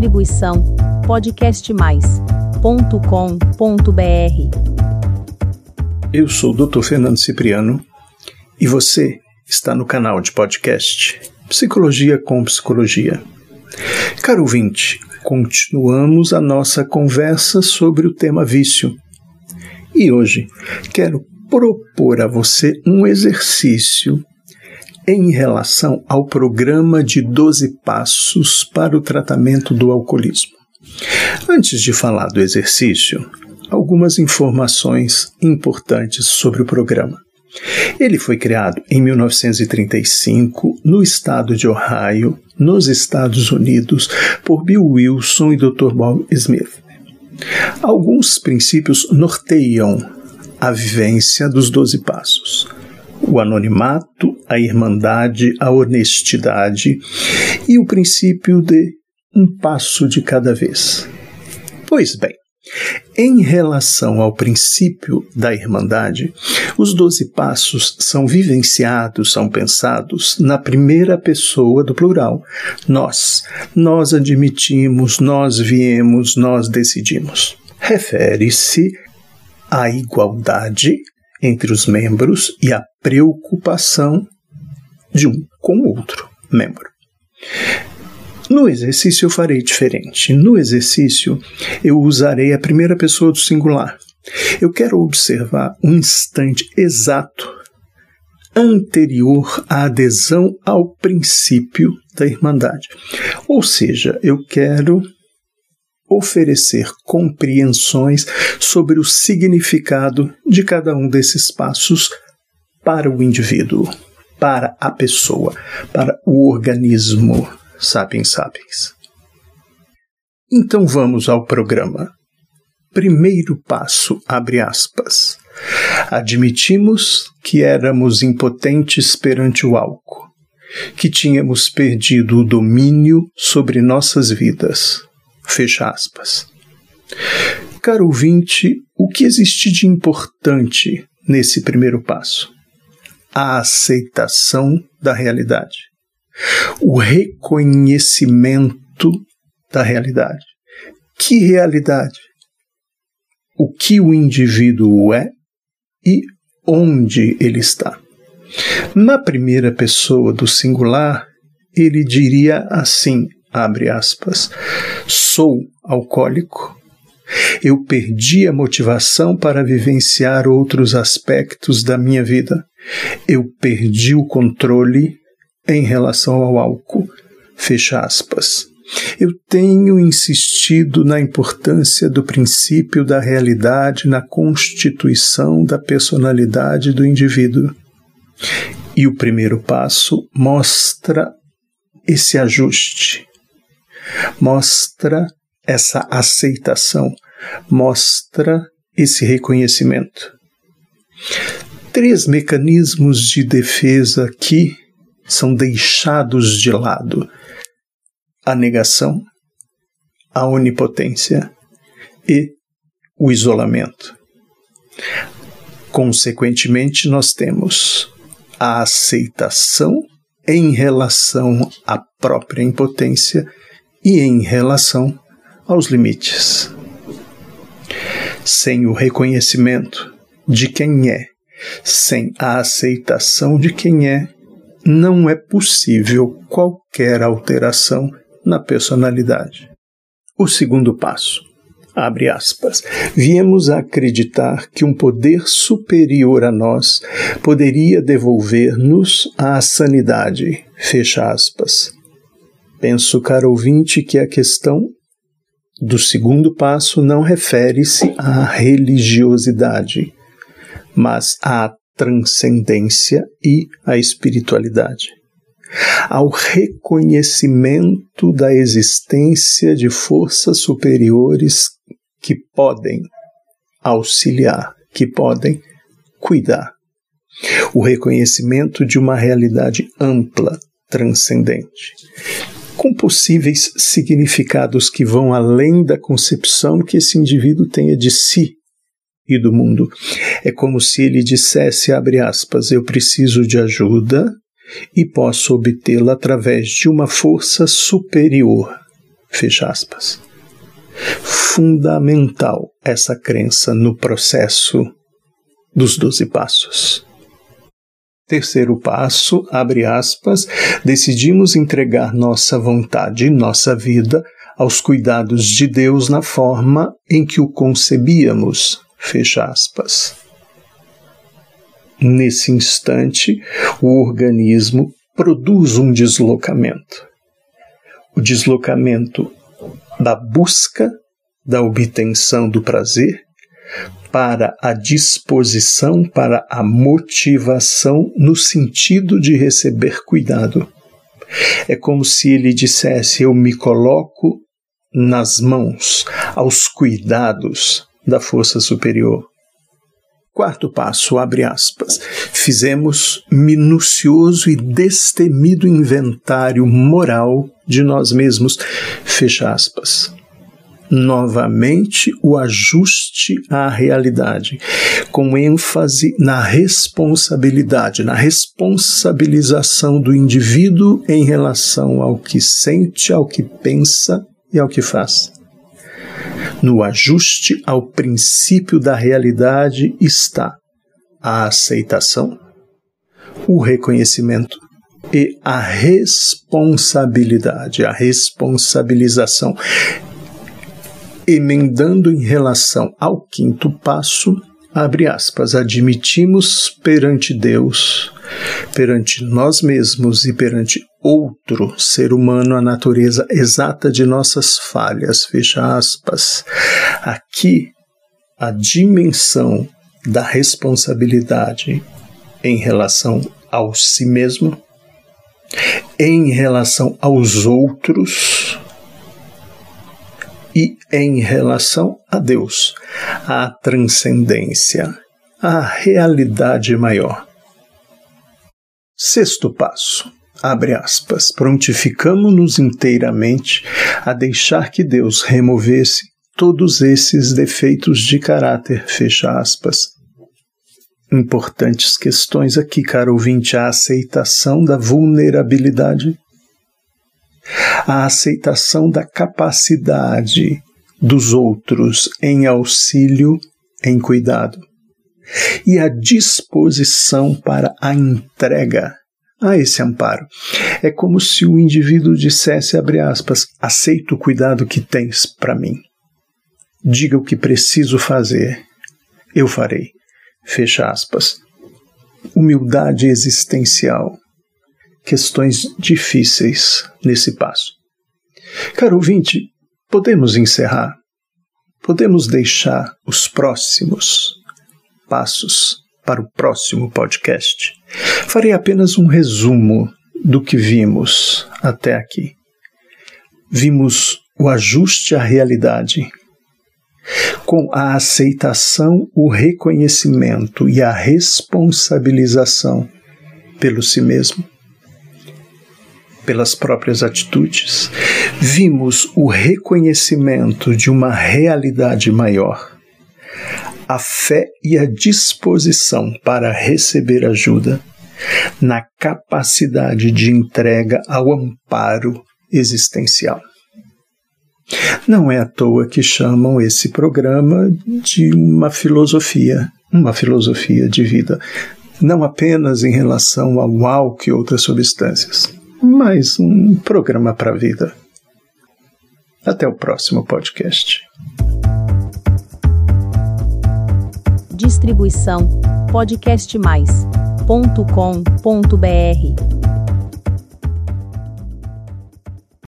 Distribuição podcastmais.com.br. Eu sou o Dr. Fernando Cipriano e você está no canal de podcast Psicologia com Psicologia. Caro ouvinte, continuamos a nossa conversa sobre o tema vício. E hoje quero propor a você um exercício em relação ao programa de 12 passos para o tratamento do alcoolismo. Antes de falar do exercício, algumas informações importantes sobre o programa. Ele foi criado em 1935 no estado de Ohio, nos Estados Unidos, por Bill Wilson e Dr. Bob Smith. Alguns princípios norteiam a vivência dos 12 passos: o anonimato, a irmandade, a honestidade e o princípio de um passo de cada vez. Pois bem, em relação ao princípio da irmandade, os 12 passos são vivenciados, são pensados na primeira pessoa do plural. Nós admitimos, nós viemos, nós decidimos. Refere-se à igualdade entre os membros e a preocupação de um com o outro membro. No exercício eu farei diferente. No exercício eu usarei a primeira pessoa do singular. Eu quero observar um instante exato anterior à adesão ao princípio da irmandade. Ou seja, eu quero oferecer compreensões sobre o significado de cada um desses passos para o indivíduo, para a pessoa, para o organismo sapiens sapiens. Então vamos ao programa. Primeiro passo, abre aspas. Admitimos que éramos impotentes perante o álcool, que tínhamos perdido o domínio sobre nossas vidas. Fecha aspas. Caro ouvinte, o que existe de importante nesse primeiro passo? A aceitação da realidade. O reconhecimento da realidade. Que realidade? O que o indivíduo é e onde ele está. Na primeira pessoa do singular, ele diria assim, abre aspas, sou alcoólico, eu perdi a motivação para vivenciar outros aspectos da minha vida, eu perdi o controle em relação ao álcool, fecha aspas. Eu tenho insistido na importância do princípio da realidade na constituição da personalidade do indivíduo. E o primeiro passo mostra esse ajuste, mostra essa aceitação, mostra esse reconhecimento. 3 mecanismos de defesa aqui são deixados de lado: a negação, a onipotência e o isolamento. Consequentemente, nós temos a aceitação em relação à própria impotência e em relação aos limites. Sem o reconhecimento de quem é, sem a aceitação de quem é, não é possível qualquer alteração na personalidade. O segundo passo, abre aspas, viemos a acreditar que um poder superior a nós poderia devolver-nos à sanidade, fecha aspas. Penso, caro ouvinte, que a questão do segundo passo não refere-se à religiosidade, mas à transcendência e à espiritualidade, ao reconhecimento da existência de forças superiores que podem auxiliar, que podem cuidar, o reconhecimento de uma realidade ampla, transcendente, com possíveis significados que vão além da concepção que esse indivíduo tenha de si e do mundo. É como se ele dissesse, abre aspas, eu preciso de ajuda e posso obtê-la através de uma força superior, Fecha aspas. Fundamental essa crença no processo dos 12 passos. Terceiro passo, abre aspas, decidimos entregar nossa vontade e nossa vida aos cuidados de Deus na forma em que o concebíamos. Fecha aspas. Nesse instante, o organismo produz um deslocamento. O deslocamento da busca, da obtenção do prazer, para a disposição, para a motivação no sentido de receber cuidado. É como se ele dissesse: eu me coloco nas mãos, aos cuidados da força superior. Quarto passo, abre aspas, fizemos minucioso e destemido inventário moral de nós mesmos, fecha aspas. Novamente, o ajuste à realidade, com ênfase na responsabilidade, na responsabilização do indivíduo em relação ao que sente, ao que pensa e ao que faz. No ajuste ao princípio da realidade está a aceitação, o reconhecimento e a responsabilidade, a responsabilização. Emendando em relação ao quinto passo, abre aspas, admitimos perante Deus, perante nós mesmos e perante outro ser humano a natureza exata de nossas falhas, fecha aspas. Aqui, a dimensão da responsabilidade em relação ao si mesmo, em relação aos outros e em relação a Deus, a transcendência, a realidade maior. Sexto passo, abre aspas, prontificamo-nos inteiramente a deixar que Deus removesse todos esses defeitos de caráter, fecha aspas. Importantes questões aqui, caro ouvinte, a aceitação da vulnerabilidade, a aceitação da capacidade dos outros em auxílio, em cuidado, e a disposição para a entrega a esse amparo. É como se o indivíduo dissesse, abre aspas, aceito o cuidado que tens para mim. Diga o que preciso fazer, eu farei. Fecha aspas. Humildade existencial. Questões difíceis nesse passo. Caro ouvinte, podemos encerrar? Podemos deixar os próximos passos para o próximo podcast? Farei apenas um resumo do que vimos até aqui. Vimos o ajuste à realidade, com a aceitação, o reconhecimento e a responsabilização pelo si mesmo, pelas próprias atitudes. Vimos o reconhecimento de uma realidade maior, a fé e a disposição para receber ajuda, na capacidade de entrega ao amparo existencial. Não é à toa que chamam esse programa de uma filosofia de vida, não apenas em relação ao álcool e outras substâncias, mas um programa para a vida. Até o próximo podcast. Distribuição podcastmais.com.br